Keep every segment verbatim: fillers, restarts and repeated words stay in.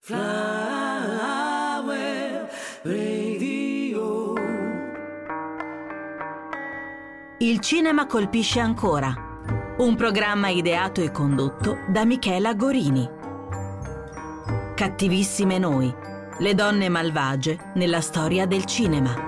Flower Radio. Il cinema colpisce ancora. Un programma ideato e condotto da Michela Gorini. Cattivissime noi, le donne malvagie nella storia del cinema.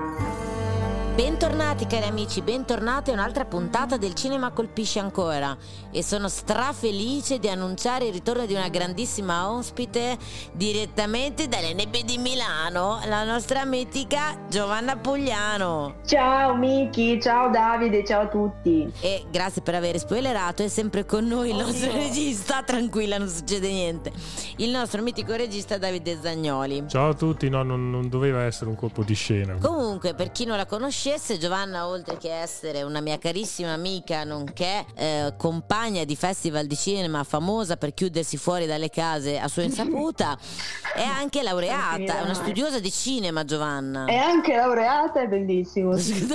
Bentornati cari amici, bentornati a un'altra puntata del Cinema Colpisce Ancora e sono strafelice di annunciare il ritorno di una grandissima ospite direttamente dalle nebbie di Milano, la nostra mitica Giovanna Pugliano. Ciao Miki, ciao Davide, ciao a tutti. E grazie per aver spoilerato, è sempre con noi il nostro Oddio. regista, tranquilla, non succede niente, il nostro mitico regista Davide Zagnoli. Ciao a tutti, no, non, non doveva essere un colpo di scena. Comunque, per chi non la conosce, Giovanna, oltre che essere una mia carissima amica nonché eh, compagna di festival di cinema, famosa per chiudersi fuori dalle case a sua insaputa, è anche laureata, è una studiosa di cinema. Giovanna è anche laureata, è bellissimo.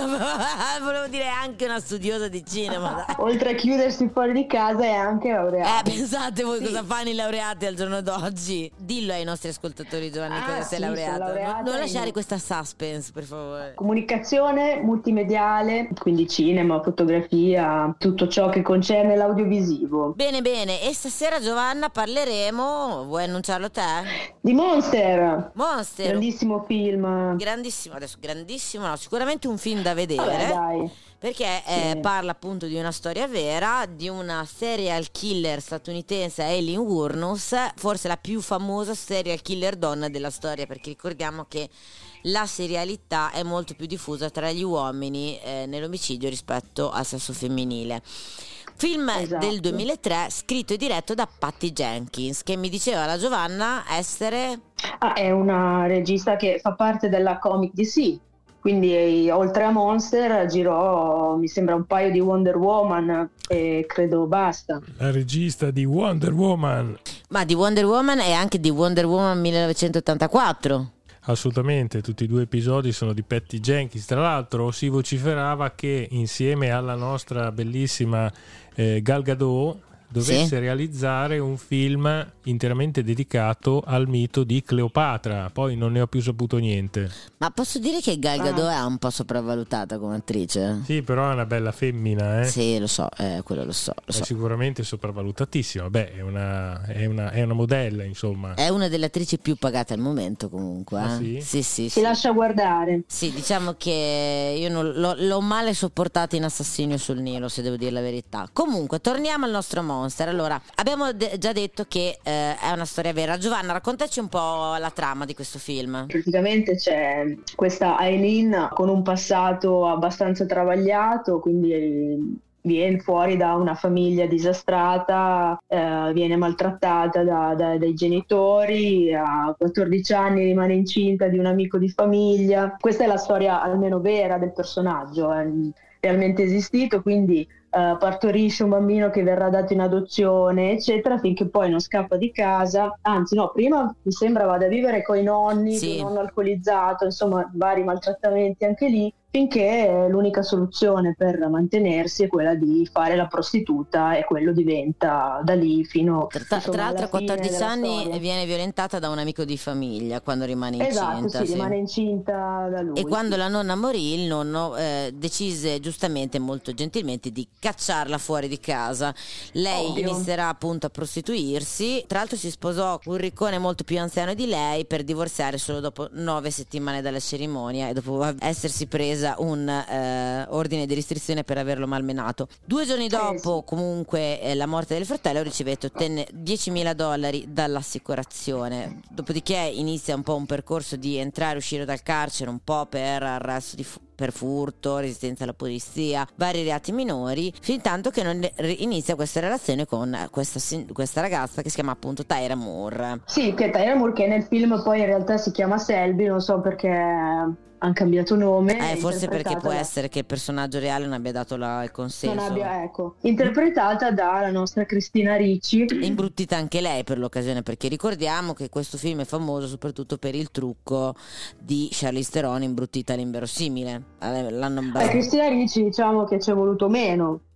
Volevo dire anche una studiosa di cinema. Oltre a chiudersi fuori di casa è anche laureata. Eh, pensate voi sì. Cosa fanno i laureati al giorno d'oggi? Dillo ai nostri ascoltatori, Giovanni, ah, cosa sei sì, laureata. laureata. Non, non lasciare in... questa suspense, per favore. Comunicazione multimediale, quindi cinema, fotografia, tutto ciò che concerne l'audiovisivo. Bene bene, e stasera Giovanna parleremo, vuoi annunciarlo te? Di Monster. Monster, grandissimo film. Grandissimo, adesso grandissimo no, sicuramente un film da vedere. Vabbè, dai. Perché sì. eh, parla appunto di una storia vera, di una serial killer statunitense, Aileen Wuornos, forse la più famosa serial killer donna della storia, perché ricordiamo che la serialità è molto più diffusa tra gli uomini eh, nell'omicidio rispetto al sesso femminile. Film esatto. del duemilatré, scritto e diretto da Patty Jenkins, che mi diceva la Giovanna essere... Ah, è una regista che fa parte della Comic D C. Quindi oltre a Monster girò, mi sembra, un paio di Wonder Woman e credo basta. La regista di Wonder Woman. Ma di Wonder Woman e anche di Wonder Woman millenovecentottantaquattro. Assolutamente, tutti e due episodi sono di Patty Jenkins. Tra l'altro si vociferava che insieme alla nostra bellissima eh, Gal Gadot dovesse sì. realizzare un film interamente dedicato al mito di Cleopatra, poi non ne ho più saputo niente. Ma posso dire che Gal Gadot ah. è un po' sopravvalutata come attrice? Sì, però è una bella femmina, eh? Sì, lo so, eh, quello lo so, lo è so. Sicuramente sopravvalutatissima. Beh, è una, è una, è una modella, insomma. È una delle attrici più pagate al momento, comunque. Eh? Ah, sì? Sì, sì, si sì. lascia guardare. Sì, diciamo che io non, l'ho, l'ho male sopportata in Assassinio sul Nilo, se devo dire la verità. Comunque, torniamo al nostro Monster. Allora, abbiamo de- già detto che eh, è una storia vera. Giovanna, raccontaci un po' la trama di questo film. Praticamente c'è questa Aileen con un passato abbastanza travagliato, quindi viene fuori da una famiglia disastrata, eh, viene maltrattata da, da, dai genitori, a quattordici anni rimane incinta di un amico di famiglia. Questa è la storia almeno vera del personaggio, è realmente esistito, quindi Uh, partorisce un bambino che verrà dato in adozione eccetera, finché poi non scappa di casa, anzi no, prima mi sembra vada a vivere con i nonni, sì. un nonno alcolizzato, insomma vari maltrattamenti anche lì, finché l'unica soluzione per mantenersi è quella di fare la prostituta e quello diventa da lì fino tra, tra l'altro a quattordici anni storia. Viene violentata da un amico di famiglia quando rimane incinta. Esatto, sì, sì. rimane incinta da lui. E quando sì. la nonna morì, il nonno eh, decise giustamente, molto gentilmente, di cacciarla fuori di casa. Lei Ovvio. inizierà appunto a prostituirsi. Tra l'altro si sposò un riccone molto più anziano di lei per divorziare solo dopo nove settimane dalla cerimonia e dopo essersi presa un eh, ordine di restrizione per averlo malmenato. Due giorni dopo, eh, sì. comunque, eh, la morte del fratello, ricevette ottenne diecimila dollari dall'assicurazione. Dopodiché inizia un po' un percorso di entrare e uscire dal carcere, un po' per arresto di fu- per furto, resistenza alla polizia, vari reati minori, fin tanto che non inizia questa relazione con questa, questa ragazza che si chiama appunto Tyra Moore. Sì, che Tyra Moore, che nel film poi in realtà si chiama Selby, non so perché hanno cambiato nome. Eh, forse perché può da... essere che il personaggio reale non abbia dato la, il consenso. Non abbia, ecco. Interpretata dalla nostra Cristina Ricci. Imbruttita anche lei per l'occasione, perché ricordiamo che questo film è famoso soprattutto per il trucco di Charlize Theron imbruttita all'inverosimile. L'hanno... Eh, Cristina Ricci, diciamo che ci è voluto meno.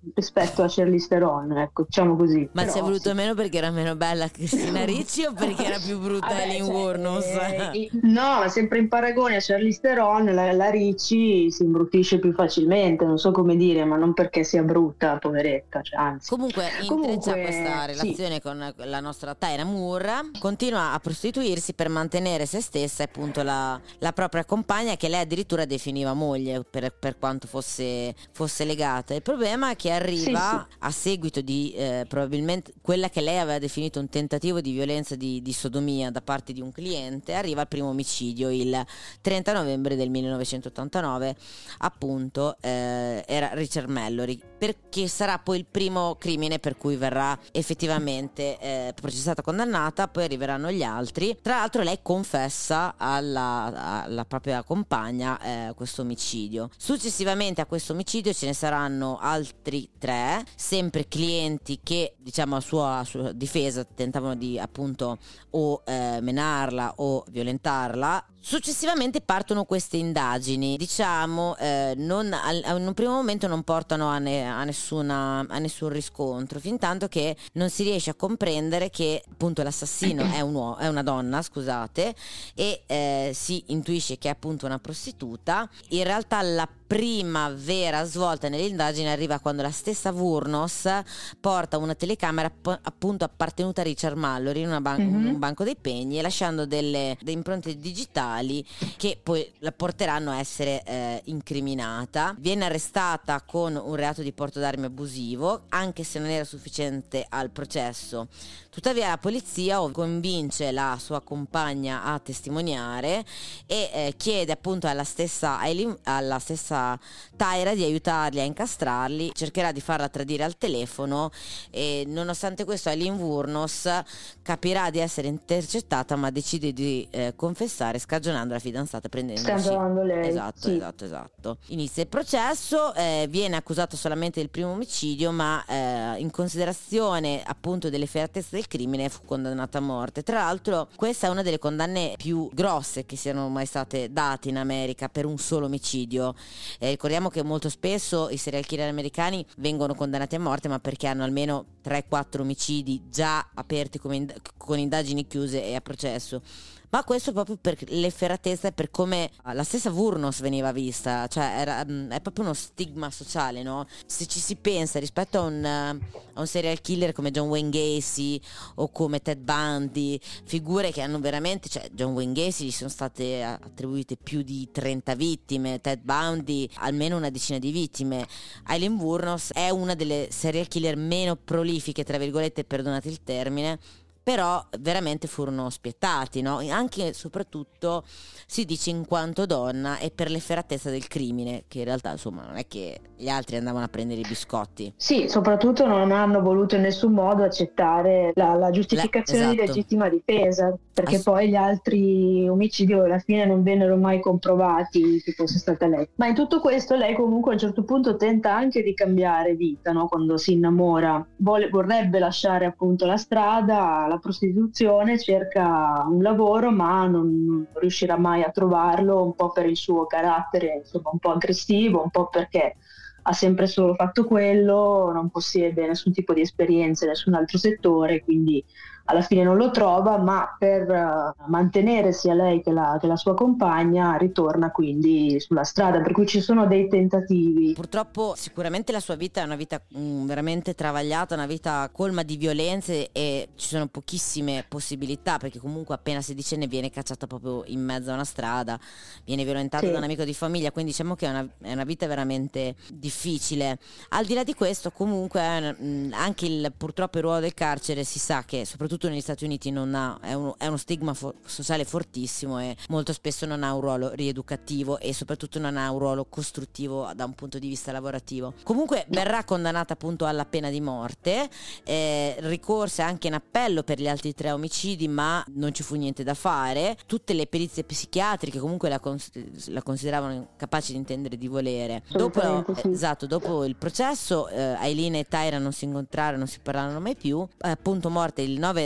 rispetto a Charlize Theron, ecco, diciamo così. Ma Però, ci è voluto sì. meno perché era meno bella Cristina Ricci o perché era più brutta Vabbè, Eileen cioè, Wuornos? eh, no, ma sempre in paragone a Charlize Theron, la, la Ricci si imbruttisce più facilmente, non so come dire, ma non perché sia brutta, poveretta, cioè, anzi. Comunque intreccia Comunque, questa relazione sì. con la nostra Tyra Moore, continua a prostituirsi per mantenere se stessa e appunto la, la propria compagna, che lei addirittura definiva moglie per, per quanto fosse, fosse legata. Il problema è che arriva Sì, sì. a seguito di eh, probabilmente quella che lei aveva definito un tentativo di violenza di, di sodomia da parte di un cliente, arriva al primo omicidio il trenta novembre del millenovecentottantanove, appunto eh, era Richard Mallory, perché sarà poi il primo crimine per cui verrà effettivamente eh, processata, condannata. Poi arriveranno gli altri. Tra l'altro lei confessa alla, alla propria compagna eh, questo omicidio. Successivamente a questo omicidio ce ne saranno altri tre, sempre clienti che, diciamo, a sua, a sua difesa tentavano di appunto o eh, menarla o violentarla. Successivamente partono queste indagini, diciamo, eh, non, al, in un primo momento non portano a, ne, a, nessuna, a nessun riscontro, fin tanto che non si riesce a comprendere che appunto l'assassino è, un uomo, è una donna, scusate, e eh, si intuisce che è appunto una prostituta. In realtà la prima vera svolta nelle indagini arriva quando la stessa Wuornos porta una telecamera app- appunto appartenuta a Richard Mallory in una ban- Mm-hmm. un banco dei pegni, lasciando delle, delle impronte digitali che poi la porteranno a essere eh, incriminata. Viene arrestata con un reato di porto d'armi abusivo, anche se non era sufficiente al processo. Tuttavia la polizia convince la sua compagna a testimoniare e eh, chiede appunto alla stessa, Eileen, alla stessa Tyra di aiutarli a incastrarli, cercherà di farla tradire al telefono e nonostante questo Eileen Wuornos capirà di essere intercettata, ma decide di eh, confessare scagionando la fidanzata, prendendosi Scagionando lei, esatto, sì. esatto, esatto. Inizia il processo, eh, viene accusato solamente del primo omicidio, ma eh, in considerazione appunto delle efferatezze del crimine fu condannato a morte. Tra l'altro questa è una delle condanne più grosse che siano mai state date in America per un solo omicidio. Eh, ricordiamo che molto spesso i serial killer americani vengono condannati a morte, ma perché hanno almeno tre quattro omicidi già aperti come ind- con indagini chiuse e a processo. Ma questo proprio per l'efferatezza e per come la stessa Wuornos veniva vista, cioè era, è proprio uno stigma sociale, no? Se ci si pensa rispetto a un, a un serial killer come John Wayne Gacy o come Ted Bundy, figure che hanno veramente, cioè John Wayne Gacy gli sono state attribuite più di trenta vittime, Ted Bundy almeno una decina di vittime. Eileen Wuornos è una delle serial killer meno prolifiche, tra virgolette, perdonate il termine, però veramente furono spiettati, no? Anche e soprattutto si dice in quanto donna e per l'efferatezza del crimine, che in realtà insomma non è che gli altri andavano a prendere i biscotti. Sì, soprattutto non hanno voluto in nessun modo accettare la, la giustificazione La- di esatto. legittima difesa, perché Ass- poi gli altri omicidi alla fine non vennero mai comprovati che fosse stata lei. Ma in tutto questo lei comunque a un certo punto tenta anche di cambiare vita, no? Quando si innamora, Vuole, vorrebbe lasciare appunto la strada, la prostituzione, cerca un lavoro ma non, non riuscirà mai a trovarlo, un po' per il suo carattere insomma un po' aggressivo, un po' perché ha sempre solo fatto quello, non possiede nessun tipo di esperienza in nessun altro settore, quindi alla fine non lo trova, ma per uh, mantenere sia lei che la, che la sua compagna ritorna quindi sulla strada, per cui ci sono dei tentativi. Purtroppo sicuramente la sua vita è una vita mh, veramente travagliata, una vita colma di violenze e ci sono pochissime possibilità, perché comunque appena sedicenne viene cacciata proprio in mezzo a una strada, viene violentata Sì. da un amico di famiglia, quindi diciamo che è una, è una vita veramente difficile. Al di là di questo comunque è, mh, anche il, purtroppo il ruolo del carcere si sa che soprattutto negli Stati Uniti non ha, è, uno, è uno stigma fo- sociale fortissimo e molto spesso non ha un ruolo rieducativo e soprattutto non ha un ruolo costruttivo da un punto di vista lavorativo. Comunque verrà condannata appunto alla pena di morte, eh, ricorse anche in appello per gli altri tre omicidi, ma non ci fu niente da fare. Tutte le perizie psichiatriche comunque la, cons- la consideravano capace di intendere e di volere. Dopo, Assolutamente sì. esatto, dopo il processo eh, Eileen e Tyra non si incontrarono, non si parlarono mai più. Eh, appunto morte il nove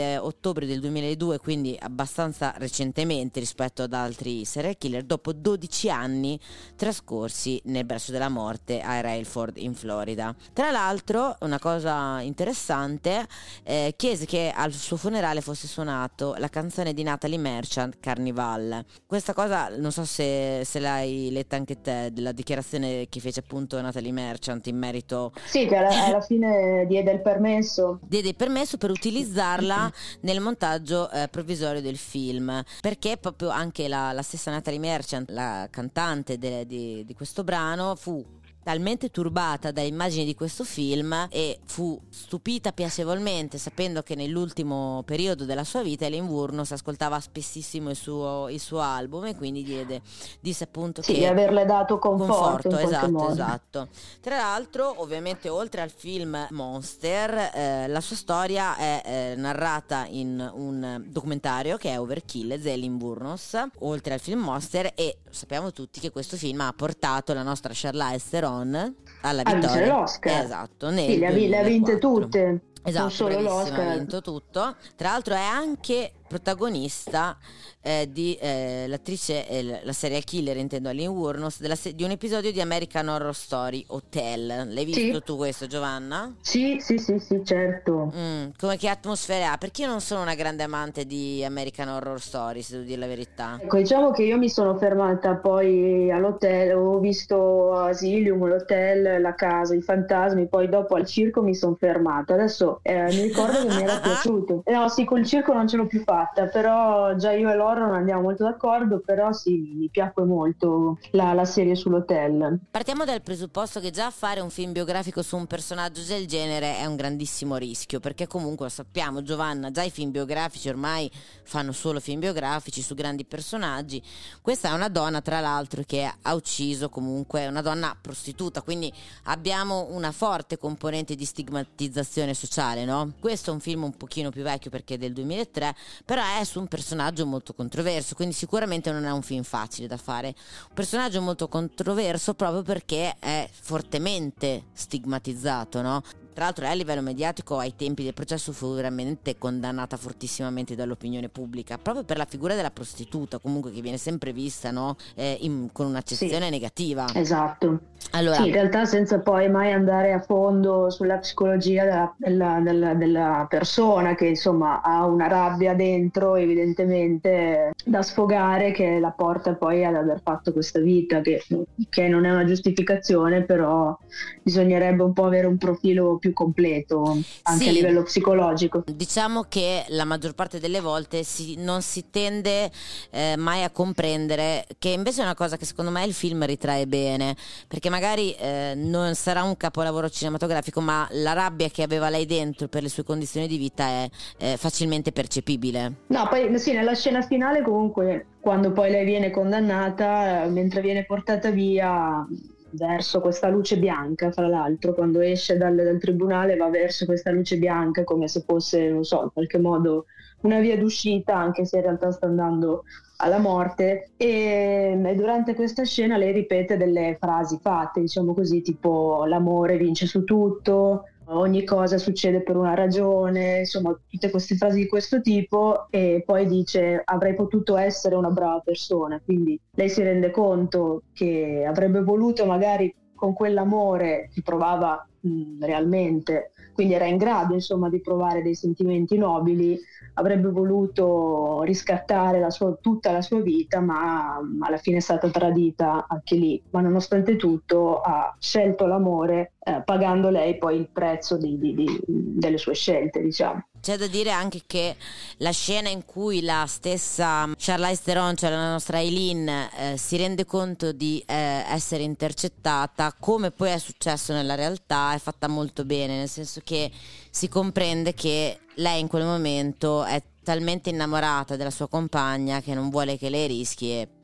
eh, ottobre del duemiladue, quindi abbastanza recentemente rispetto ad altri serial killer, dopo dodici anni trascorsi nel braccio della morte a Railford in Florida. Tra l'altro, una cosa interessante, eh, chiese che al suo funerale fosse suonato la canzone di Natalie Merchant, Carnival. Questa cosa non so se, se l'hai letta anche te, della dichiarazione che fece appunto Natalie Merchant in merito. Sì, che alla, alla fine diede il permesso. Diede il permesso per utilizzarla nel montaggio eh, provvisorio del film, perché proprio anche la, la stessa Natalie Merchant, la cantante de, di, di questo brano, fu talmente turbata dalle immagini di questo film e fu stupita piacevolmente sapendo che nell'ultimo periodo della sua vita Aileen Wuornos ascoltava spessissimo il suo, il suo album, e quindi diede, disse appunto sì, che di averle dato conforto, conforto, in esatto, modo. esatto. Tra l'altro, ovviamente, oltre al film Monster, eh, la sua storia è eh, narrata in un documentario che è Overkill, Aileen Wuornos, oltre al film Monster, e sappiamo tutti che questo film ha portato la nostra Charlize Theron alla A vincere vittoria. l'Oscar. Esatto, nel Sì, le ha, vi- le ha vinte duemilaquattro. tutte. Esatto, non solo bravissima, l'Oscar. ha vinto tutto. Tra l'altro è anche protagonista eh, di eh, l'attrice, eh, la serial killer intendo, Aileen Wuornos, della se- di un episodio di American Horror Story Hotel. L'hai visto Sì. tu questo, Giovanna? Sì, sì, sì, sì, certo. Mm, come che atmosfera ha? Perché io non sono una grande amante di American Horror Story, se devo dire la verità. Ecco, diciamo che io mi sono fermata poi all'hotel, ho visto Asylum, l'hotel, la casa, i fantasmi, poi dopo al circo mi sono fermata. Adesso eh, mi ricordo che mi era piaciuto. No, sì, col circo non ce l'ho più fatta, però già io e loro non andiamo molto d'accordo, però sì, mi piacque molto la, la serie sull'hotel. Partiamo dal presupposto che già fare un film biografico su un personaggio del genere è un grandissimo rischio, perché comunque lo sappiamo, Giovanna, già i film biografici ormai fanno solo film biografici su grandi personaggi. Questa è una donna, tra l'altro, che ha ucciso comunque una donna prostituta, quindi abbiamo una forte componente di stigmatizzazione sociale, no? Questo è un film un pochino più vecchio perché è del duemilatré, però è su un personaggio molto controverso, quindi sicuramente non è un film facile da fare. Un personaggio molto controverso proprio perché è fortemente stigmatizzato, no? Tra l'altro lei a livello mediatico ai tempi del processo fu veramente condannata fortissimamente dall'opinione pubblica, proprio per la figura della prostituta, comunque, che viene sempre vista, no? eh, in, con un'accezione Sì. negativa. Esatto. Allora, Sì, in realtà senza poi mai andare a fondo sulla psicologia della, della, della, della persona che insomma ha una rabbia dentro evidentemente da sfogare, che la porta poi ad aver fatto questa vita, che, che non è una giustificazione, però bisognerebbe un po' avere un profilo più completo anche sì, a livello psicologico. Diciamo che la maggior parte delle volte si, non si tende eh, mai a comprendere, che invece è una cosa che secondo me il film ritrae bene, perché magari eh, non sarà un capolavoro cinematografico, ma la rabbia che aveva lei dentro per le sue condizioni di vita è eh, facilmente percepibile. No, poi sì, nella scena finale comunque, quando poi lei viene condannata, mentre viene portata via verso questa luce bianca, fra l'altro, quando esce dal, dal tribunale va verso questa luce bianca come se fosse, non so, in qualche modo una via d'uscita, anche se in realtà sta andando alla morte, e, e durante questa scena lei ripete delle frasi fatte, diciamo così, tipo l'amore vince su tutto, ogni cosa succede per una ragione, insomma tutte queste frasi di questo tipo, e poi dice avrei potuto essere una brava persona, quindi lei si rende conto che avrebbe voluto magari con quell'amore che provava mh, realmente, quindi era in grado insomma di provare dei sentimenti nobili, avrebbe voluto riscattare la sua, tutta la sua vita, ma alla fine è stata tradita anche lì, ma nonostante tutto ha scelto l'amore, eh, pagando lei poi il prezzo di, di, di, delle sue scelte, diciamo. C'è da dire anche che la scena in cui la stessa Charlize Theron, cioè la nostra Aileen, eh, si rende conto di eh, essere intercettata, come poi è successo nella realtà, è fatta molto bene, nel senso che si comprende che lei in quel momento è talmente innamorata della sua compagna che non vuole che lei rischi, e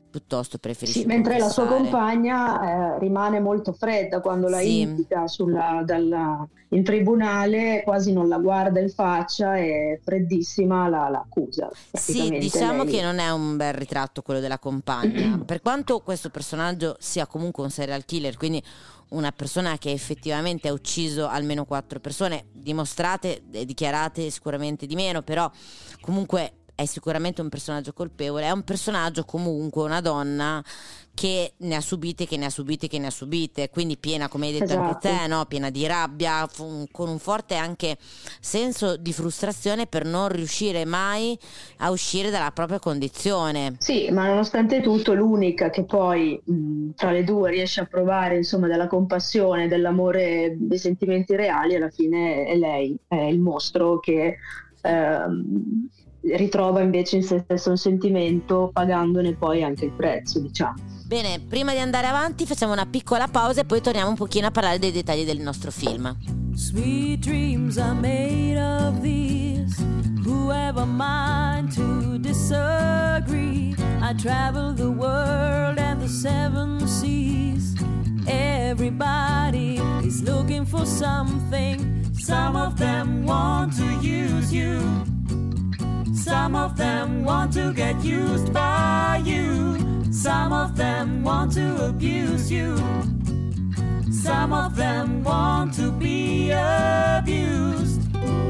piuttosto preferisce sì, mentre la sua confessare. compagna eh, rimane molto fredda quando la Sì. indica sulla, dalla, in tribunale, quasi non la guarda in faccia e freddissima la, la accusa. Sì, praticamente diciamo lei. che non è un bel ritratto quello della compagna, per quanto questo personaggio sia comunque un serial killer, quindi una persona che effettivamente ha ucciso almeno quattro persone, dimostrate e dichiarate sicuramente di meno, però comunque è sicuramente un personaggio colpevole, è un personaggio comunque, una donna che ne ha subite, che ne ha subite, che ne ha subite, quindi piena, come hai detto Esatto. anche te, no? Piena di rabbia, fu- con un forte anche senso di frustrazione per non riuscire mai a uscire dalla propria condizione. Sì, ma nonostante tutto l'unica che poi mh, tra le due riesce a provare insomma della compassione, dell'amore, dei sentimenti reali, alla fine è lei, è il mostro che ehm, ritrova invece in se stesso un sentimento, pagandone poi anche il prezzo, diciamo. Bene, prima di andare avanti facciamo una piccola pausa e poi torniamo un pochino a parlare dei dettagli del nostro film. Sweet dreams are made of these. Whoever mind to disagree. I travel the world and the seven seas. Everybody is looking for something. Some of them want to use you. Some of them want to get used by you. Some of them want to abuse you. Some of them want to be abused.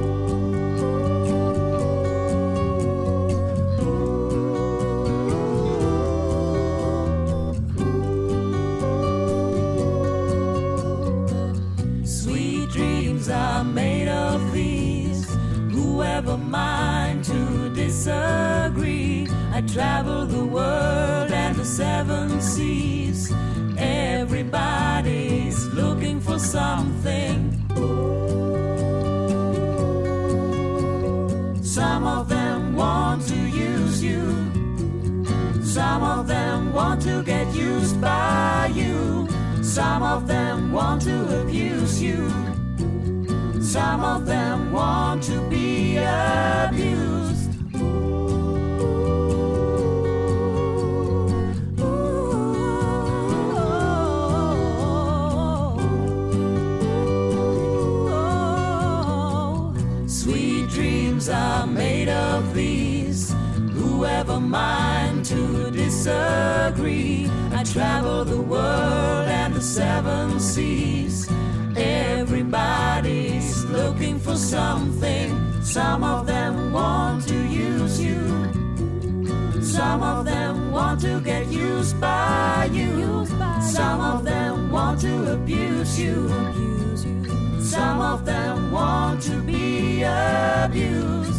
Sweet dreams are made of these. Whoever mind to disagree. I travel the world and the seven seas. Everybody's looking for something. Some of them want to use you. Some of them want to get used by you. Some of them want to abuse you. Some of them want to be abused. Are made of these. Whoever mind to disagree. I travel the world and the seven seas. Everybody's looking for something. Some of them want to use you. Some of them want to get used by you. Some of them want to abuse you. Some of them want to be abused.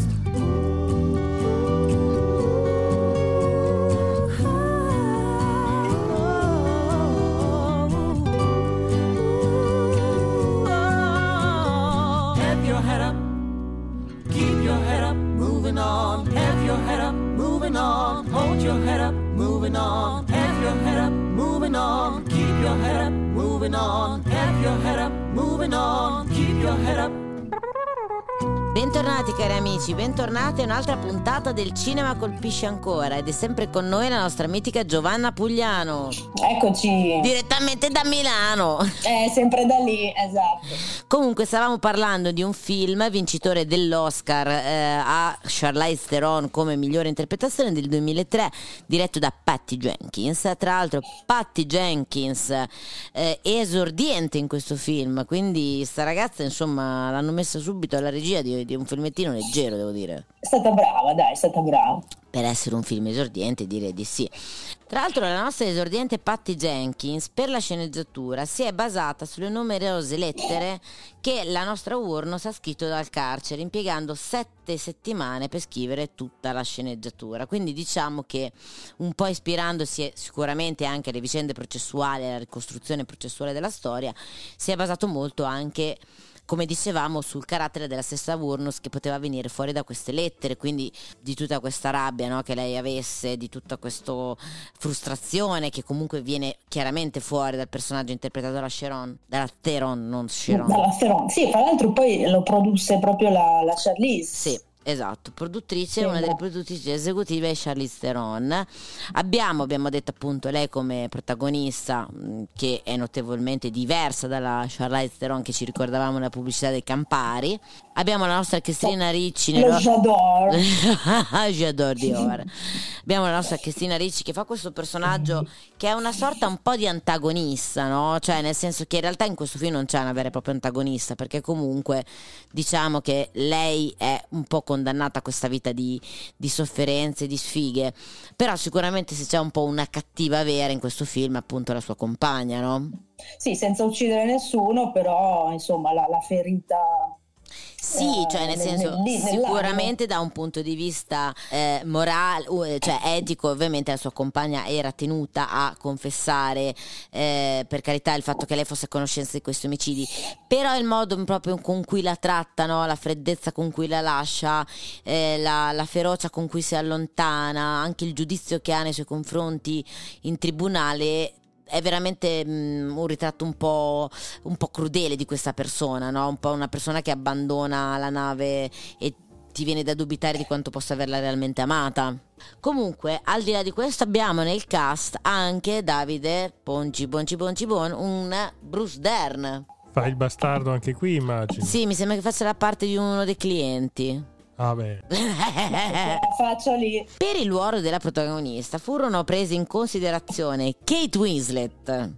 Have your head up, keep your head up, moving on. Have your head up, moving on. Hold your head up, moving on. Have your head up, moving on. Keep your head up, moving on. Have your head up, moving on. Keep your head up. Bentornati cari amici, bentornati a un'altra puntata del Cinema Colpisce Ancora ed è sempre con noi la nostra mitica Giovanna Pugliano. Eccoci. Direttamente da Milano. Eh, sempre da lì, esatto. Comunque stavamo parlando di un film vincitore dell'Oscar eh, a Charlize Theron come migliore interpretazione del duemilatré, diretto da Patty Jenkins. Tra l'altro Patty Jenkins eh, è esordiente in questo film, quindi sta ragazza insomma l'hanno messa subito alla regia di, di un filmettino leggero, devo dire. È stata brava, dai, è stata brava. Per essere un film esordiente direi di sì. Tra l'altro la nostra esordiente Patty Jenkins per la sceneggiatura si è basata sulle numerose lettere che la nostra Wurnos ha scritto dal carcere, impiegando sette settimane per scrivere tutta la sceneggiatura. Quindi diciamo che un po' ispirandosi sicuramente anche alle vicende processuali, alla ricostruzione processuale della storia, si è basato molto anche, come dicevamo, sul carattere della stessa Wurnos che poteva venire fuori da queste lettere, quindi di tutta questa rabbia, no, che lei avesse, di tutta questa frustrazione che comunque viene chiaramente fuori dal personaggio interpretato dalla Sharon, dalla Theron, non Sharon. Dalla Theron, sì, tra l'altro poi lo produsse proprio la, la Charlize. Sì, Esatto, produttrice, Sì, una delle no. produttrici esecutive è Charlize Theron. Abbiamo, abbiamo detto appunto lei come protagonista, mh, che è notevolmente diversa dalla Charlize Theron che ci ricordavamo nella pubblicità del Campari. Abbiamo la nostra Cristina Ricci Lo nel j'adore. J'adore Dior. Abbiamo la nostra Cristina Ricci che fa questo personaggio che è una sorta un po' di antagonista, no? Cioè nel senso che in realtà in questo film non c'è una vera e propria antagonista, perché comunque diciamo che lei è un po' condannata a questa vita di, di sofferenze, di sfighe, però sicuramente se c'è un po' una cattiva vera in questo film è appunto la sua compagna, no? Sì, senza uccidere nessuno, però insomma la, la ferita. Sì, cioè nel nel- senso nel- lì, sicuramente da un punto di vista eh, morale, uh, cioè etico, ovviamente la sua compagna era tenuta a confessare, eh, per carità, il fatto che lei fosse a conoscenza di questi omicidi, però il modo proprio con cui la tratta, no? La freddezza con cui la lascia, eh, la, la ferocia con cui si allontana, anche il giudizio che ha nei suoi confronti in tribunale, è veramente mh, un ritratto un po', un po' crudele di questa persona, no? Un po' una persona che abbandona la nave e ti viene da dubitare di quanto possa averla realmente amata. Comunque, al di là di questo, abbiamo nel cast anche Davide Bonci Bonci Bonci Bon, un Bruce Dern. Fa il bastardo anche qui, immagino. Sì, mi sembra che faccia la parte di uno dei clienti. Ah beh. La faccia lì. Per il ruolo della protagonista furono presi in considerazione Kate Winslet,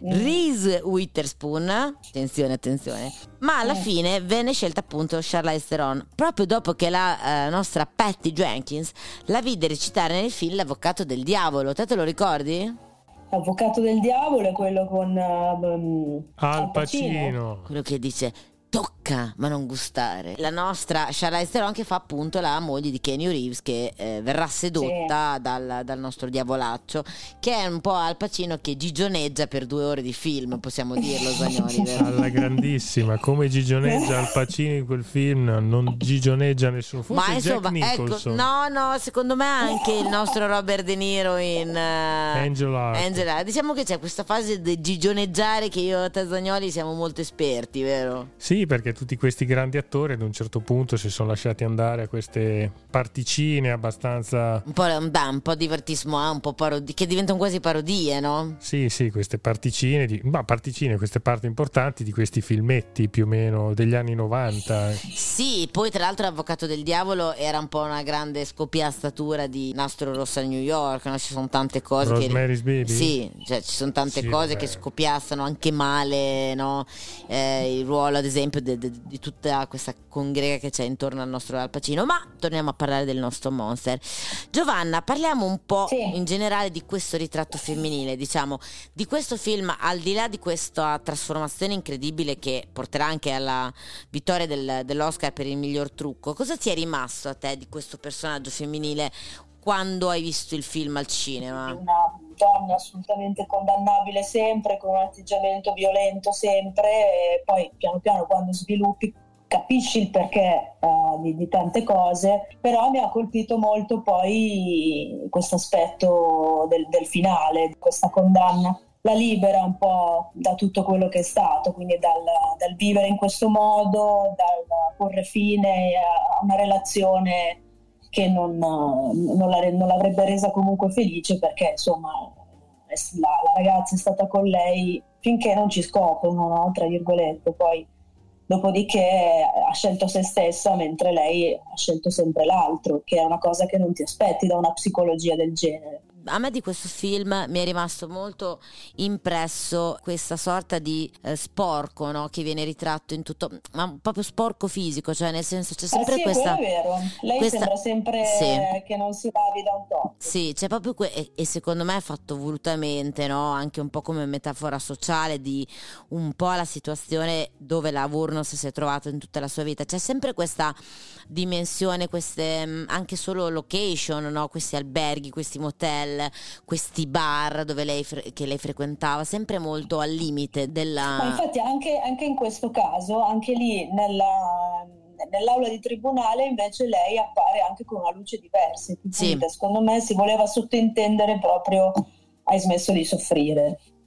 Reese Witherspoon, attenzione attenzione, ma alla fine venne scelta appunto Charlize Theron, proprio dopo che la eh, nostra Patty Jenkins la vide recitare nel film L'avvocato del diavolo. Te te lo ricordi? L'avvocato del diavolo è quello con um, Al Pacino. Quello che dice tocca ma non gustare. La nostra Charlize Theron che fa appunto la moglie di Keanu Reeves, che eh, verrà sedotta Sì. dal, dal nostro diavolaccio, che è un po' Al Pacino che gigioneggia per due ore di film, possiamo dirlo, Zagnoli, vero? Alla grandissima, come gigioneggia Al Pacino in quel film, non gigioneggia nessuno. Forse Ma insomma, Jack ecco, Nicholson. no, no, secondo me anche il nostro Robert De Niro in uh, Angel Heart. Angel Heart. Diciamo che c'è questa fase di gigioneggiare che io e te, Zagnoli, siamo molto esperti, vero? Sì, perché tutti questi grandi attori ad un certo punto si sono lasciati andare a queste particine abbastanza... Un po', un, da, un po' divertissement, un po' parodi- che diventano quasi parodie, no? Sì, sì, queste particine, di... ma particine, queste parti importanti di questi filmetti più o meno degli anni novanta. Sì, poi tra l'altro L'avvocato del diavolo era un po' una grande scopiastatura di Nastro Rosso a New York, no? Ci sono tante cose Rosemary's che... Baby? Sì, cioè ci sono tante Sì, cose vabbè. che scopiassano anche male, no? Eh, il ruolo ad esempio de- de- di tutta questa congrega che c'è intorno al nostro Al Pacino. Ma torniamo a parlare del nostro monster. Giovanna, parliamo un po' Sì. in generale di questo ritratto femminile, diciamo, di questo film, al di là di questa trasformazione incredibile che porterà anche alla vittoria del, dell'Oscar per il miglior trucco. Cosa ti è rimasto a te di questo personaggio femminile quando hai visto il film al cinema? Una donna assolutamente condannabile sempre, con un atteggiamento violento sempre, e poi piano piano quando sviluppi capisci il perché uh, di, di tante cose, però mi ha colpito molto poi questo aspetto del, del finale, questa condanna. La libera un po' da tutto quello che è stato, quindi dal, dal vivere in questo modo, dal porre fine a una relazione che non, non, la, non l'avrebbe resa comunque felice, perché insomma la, la ragazza è stata con lei finché non ci scoprono, no? Tra virgolette, poi dopodiché ha scelto se stessa, mentre lei ha scelto sempre l'altro, che è una cosa che non ti aspetti da una psicologia del genere. A me di questo film mi è rimasto molto impresso questa sorta di eh, sporco, no? Che viene ritratto in tutto, ma proprio sporco fisico, cioè nel senso c'è sempre eh sì, questa... è vero, lei questa- sembra sempre sì. che non si lavi da un po'. Sì, c'è proprio que- e, e secondo me è fatto volutamente, no? Anche un po' come metafora sociale di un po' la situazione dove la Wurnos si è trovato in tutta la sua vita. C'è sempre questa dimensione, queste mh, anche solo location, no? Questi alberghi, questi motel, questi bar dove lei fre- che lei frequentava, sempre molto al limite della... Ma infatti anche, anche in questo caso, anche lì nella, nell'aula di tribunale invece lei appare anche con una luce diversa. Sì. Secondo me si voleva sottintendere proprio hai smesso di soffrire.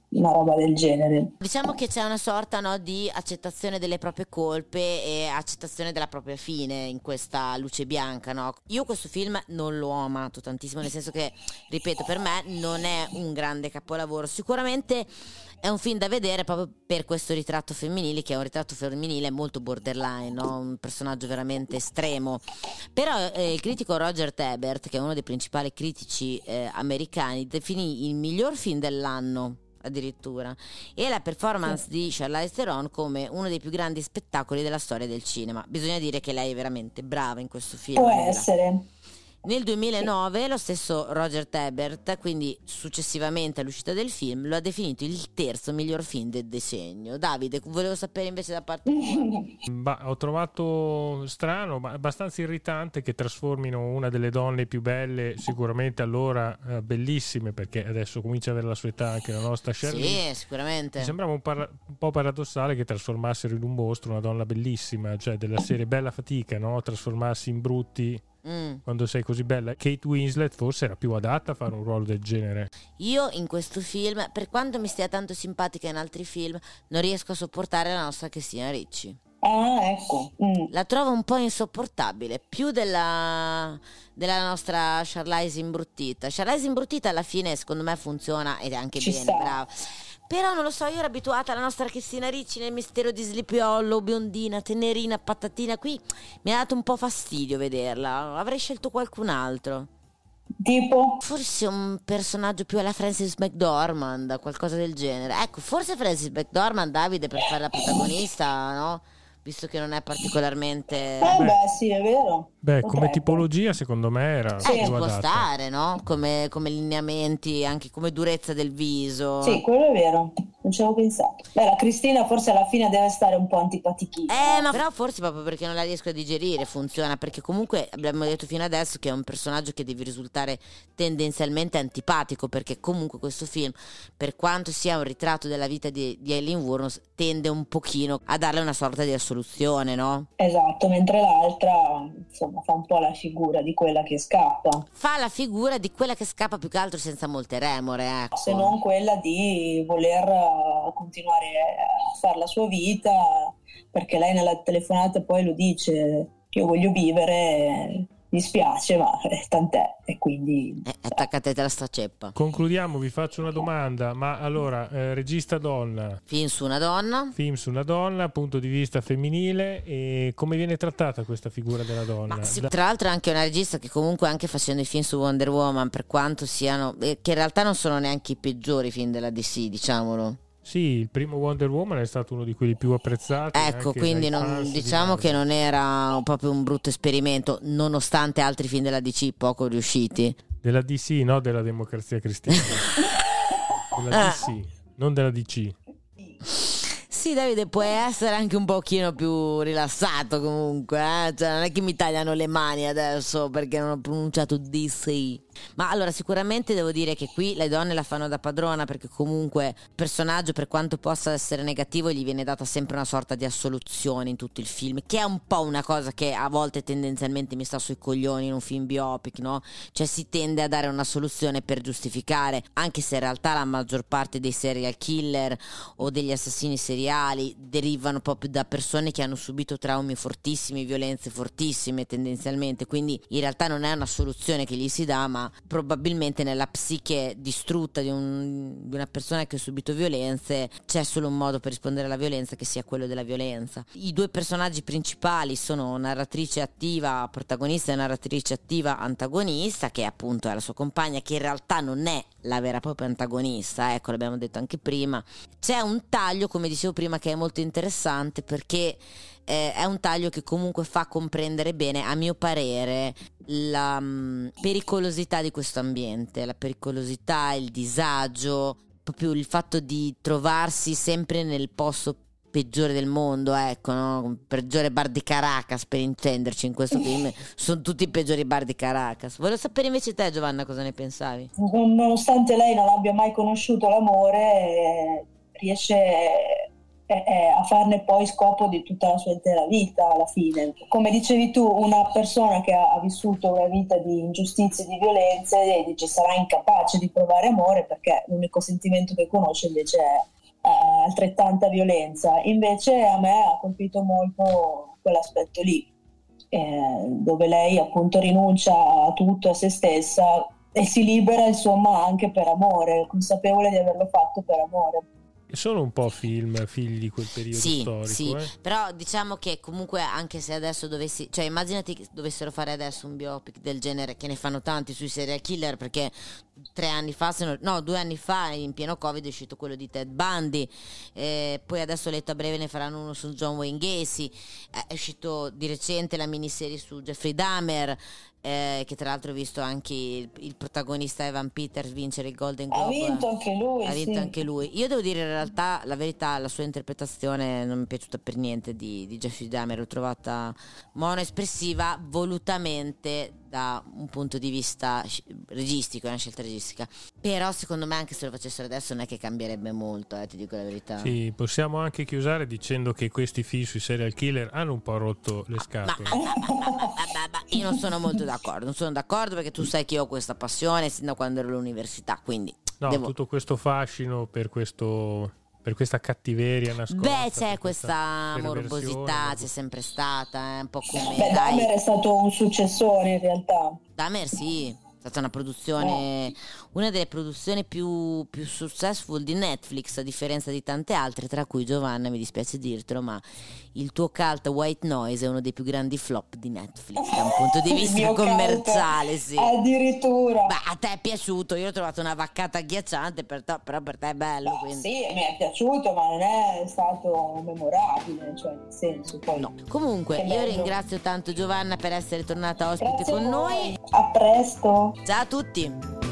una roba del genere. Diciamo che c'è una sorta, no, di accettazione delle proprie colpe e accettazione della propria fine in questa luce bianca, no? Io questo film non l'ho amato tantissimo, nel senso che, ripeto, per me non è un grande capolavoro. Sicuramente è un film da vedere proprio per questo ritratto femminile, che è un ritratto femminile molto borderline, no? Un personaggio veramente estremo. Però eh, il critico Roger Ebert, che è uno dei principali critici eh, americani, definì il miglior film dell'anno addirittura, e la performance sì. di Charlize Theron come uno dei più grandi spettacoli della storia del cinema. Bisogna dire che lei è veramente brava in questo film. Può essere. Nel duemilanove sì. lo stesso Roger Ebert, quindi successivamente all'uscita del film, lo ha definito il terzo miglior film del decennio. Davide, volevo sapere invece da parte tua. Bah, ho trovato strano, ma abbastanza irritante che trasformino una delle donne più belle, sicuramente allora eh, bellissime, perché adesso comincia ad avere la sua età anche la nostra Charlize. Sì, sicuramente. Mi sembrava un, par- un po' paradossale che trasformassero in un mostro una donna bellissima, cioè della serie bella fatica, no? Trasformarsi in brutti. Mm. Quando sei così bella. Kate Winslet forse era più adatta a fare un ruolo del genere. Io in questo film, per quanto mi stia tanto simpatica in altri film, non riesco a sopportare la nostra Christina Ricci. Ah, ecco. Mm. La trovo un po' insopportabile, più della, della nostra Charlize imbruttita. Charlize imbruttita alla fine secondo me funziona ed è anche Ci bene, sta. brava. Però non lo so, io ero abituata alla nostra Christina Ricci nel Mistero di Sleepy Hollow, biondina, tenerina, patatina. Qui mi ha dato un po' fastidio vederla. Avrei scelto qualcun altro. Tipo? Forse un personaggio più alla Frances McDormand, qualcosa del genere. Ecco, forse Frances McDormand, Davide, per fare la protagonista, no? Visto che non è particolarmente... Eh beh, sì, è vero. Beh, Potrebbe. come tipologia secondo me era sì. più eh, può adatta. stare, no? Come, come lineamenti, anche come durezza del viso. Sì, quello è vero, non ci avevo pensato. Beh, la Cristina forse alla fine deve stare un po' antipatichina. Eh, ma però forse proprio perché non la riesco a digerire funziona, perché comunque abbiamo detto fino adesso che è un personaggio che deve risultare tendenzialmente antipatico, perché comunque questo film, per quanto sia un ritratto della vita di, di Aileen Wuornos, tende un pochino a darle una sorta di assoluzione, no? Esatto, mentre l'altra, insomma, fa un po' la figura di quella che scappa. Fa la figura di quella che scappa più che altro senza molte remore, ecco. Se non quella di voler uh, continuare a fare la sua vita, perché lei nella telefonata poi lo dice, io voglio vivere, mi spiace, ma eh, tant'è, e quindi eh, attaccate la sta ceppa. Concludiamo, vi faccio una domanda, ma allora eh, regista donna, film su una donna, film su una donna, punto di vista femminile, e come viene trattata questa figura della donna? Ma sì, Da- tra l'altro è anche una regista che comunque anche facendo i film su Wonder Woman, per quanto siano, eh, che in realtà non sono neanche i peggiori film della D C, diciamolo. Sì, il primo Wonder Woman è stato uno di quelli più apprezzati. Ecco, anche quindi dai non, fans di diciamo Marvel. che non era proprio un brutto esperimento, nonostante altri film della D C poco riusciti. Della D C, no della Democrazia Cristiana. Della D C, non della D C. Sì, Davide, puoi essere anche un pochino più rilassato comunque, eh? Cioè, non è che mi tagliano le mani adesso perché non ho pronunciato D C. Ma allora sicuramente devo dire che qui le donne la fanno da padrona, perché comunque il personaggio, per quanto possa essere negativo, gli viene data sempre una sorta di assoluzione in tutto il film, che è un po' una cosa che a volte tendenzialmente mi sta sui coglioni in un film biopic, no? Cioè si tende a dare una soluzione per giustificare, anche se in realtà la maggior parte dei serial killer o degli assassini seriali derivano proprio da persone che hanno subito traumi fortissimi, violenze fortissime tendenzialmente, quindi in realtà non è una soluzione che gli si dà, ma probabilmente nella psiche distrutta di, un, di una persona che ha subito violenze c'è solo un modo per rispondere alla violenza, che sia quello della violenza. I due personaggi principali sono narratrice attiva protagonista e narratrice attiva antagonista, che appunto è la sua compagna, che in realtà non è la vera e propria antagonista, ecco, l'abbiamo detto anche prima. C'è un taglio, come dicevo prima, che è molto interessante, perché eh, è un taglio che comunque fa comprendere bene, a mio parere, la mh, pericolosità di questo ambiente, la pericolosità, il disagio, proprio il fatto di trovarsi sempre nel posto peggiore del mondo, ecco, no? Peggiore bar di Caracas, per intenderci, in questo film sono tutti i peggiori bar di Caracas. Volevo sapere invece te, Giovanna, cosa ne pensavi? Nonostante lei non abbia mai conosciuto l'amore, riesce è, è a farne poi scopo di tutta la sua intera vita alla fine. Come dicevi tu, una persona che ha, ha vissuto una vita di ingiustizie, di violenze, dice sarà incapace di provare amore perché l'unico sentimento che conosce invece è eh, altrettanta violenza. Invece a me ha colpito molto quell'aspetto lì, eh, dove lei appunto rinuncia a tutto, a se stessa, e si libera insomma anche per amore, consapevole di averlo fatto per amore. Sono un po' film figli di quel periodo sì, storico, sì. Eh? Però diciamo che comunque anche se adesso dovessi, cioè immaginati che dovessero fare adesso un biopic del genere, che ne fanno tanti sui serial killer, perché tre anni fa, se non, no due anni fa in pieno Covid è uscito quello di Ted Bundy, eh, poi adesso letto a breve ne faranno uno su John Wayne Gacy, eh, è uscito di recente la miniserie su Jeffrey Dahmer, eh, che tra l'altro ho visto anche il, il protagonista Evan Peters vincere il Golden Globe. Ha vinto anche lui. Ha vinto sì. anche lui. Io devo dire in realtà la verità, la sua interpretazione non mi è piaciuta per niente di, di Jeffrey Dahmer, l'ho trovata monoespressiva volutamente da un punto di vista registico, è una scelta registica, però secondo me anche se lo facessero adesso non è che cambierebbe molto, eh, ti dico la verità. Sì, possiamo anche chiusare dicendo che questi film sui serial killer hanno un po' rotto le scatole. Ma, ma, ma, ma, ma, ma io non sono molto d'accordo, non sono d'accordo perché tu sai che io ho questa passione sin da quando ero all'università, quindi no, devo... tutto questo fascino per questo, per questa cattiveria nascosta. Beh, c'è questa, questa morbosità, c'è sempre stata, eh, un po' come Beh, Dahmer è stato un successore in realtà. Dahmer sì, è stata una produzione, una delle produzioni più, più successful di Netflix, a differenza di tante altre, tra cui, Giovanna, mi dispiace dirtelo, ma il tuo cult White Noise è uno dei più grandi flop di Netflix da un punto di vista commerciale, sì. Addirittura. Beh, a te è piaciuto, io l'ho trovato una vaccata agghiacciante, per te, però per te è bello. No, quindi. sì, mi è piaciuto, ma non è stato memorabile, cioè nel senso poi. No. Comunque, io ringrazio tanto Giovanna per essere tornata ospite Grazie con a noi. A presto. Ciao a tutti.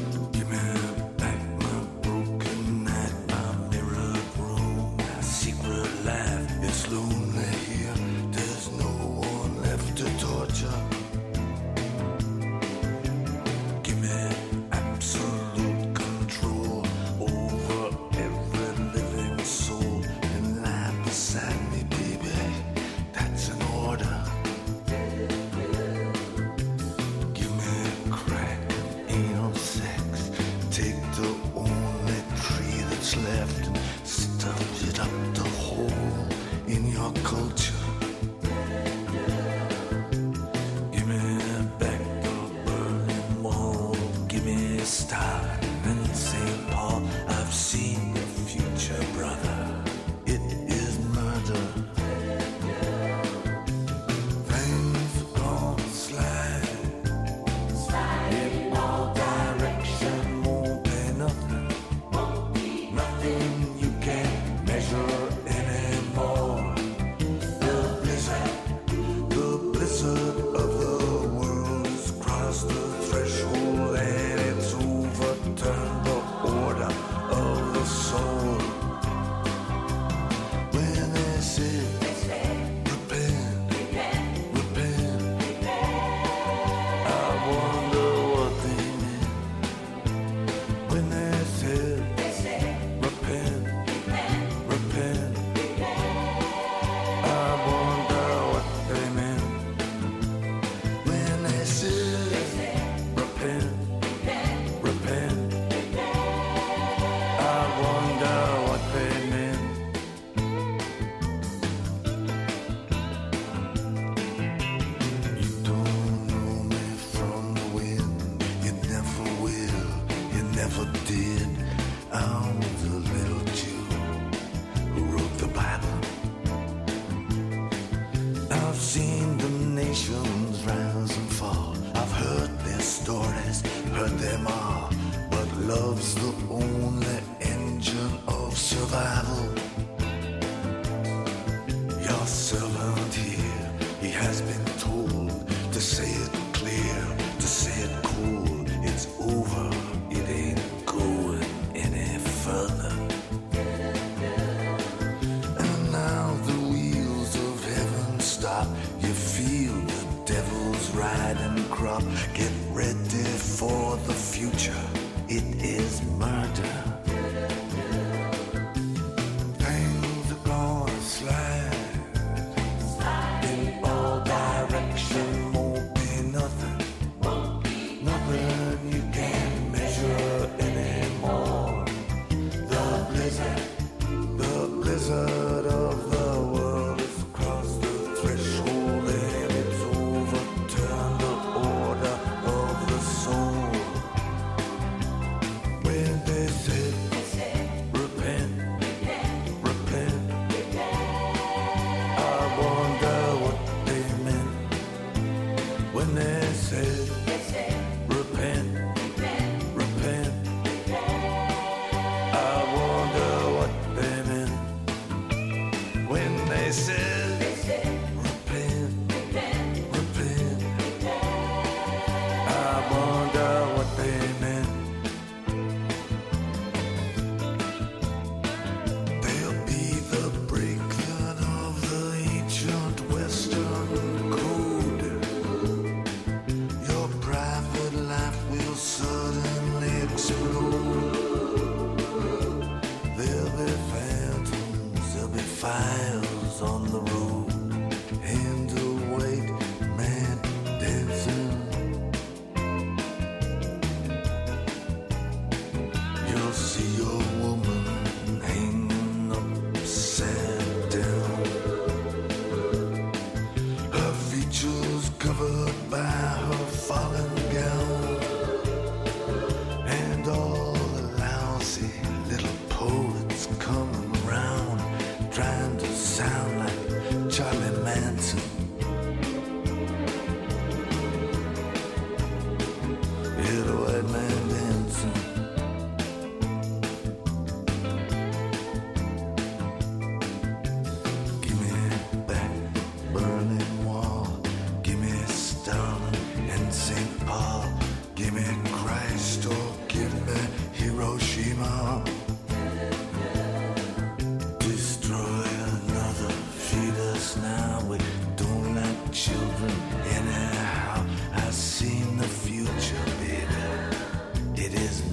Get ready for the future. It is murder. Things are gone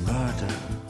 murder.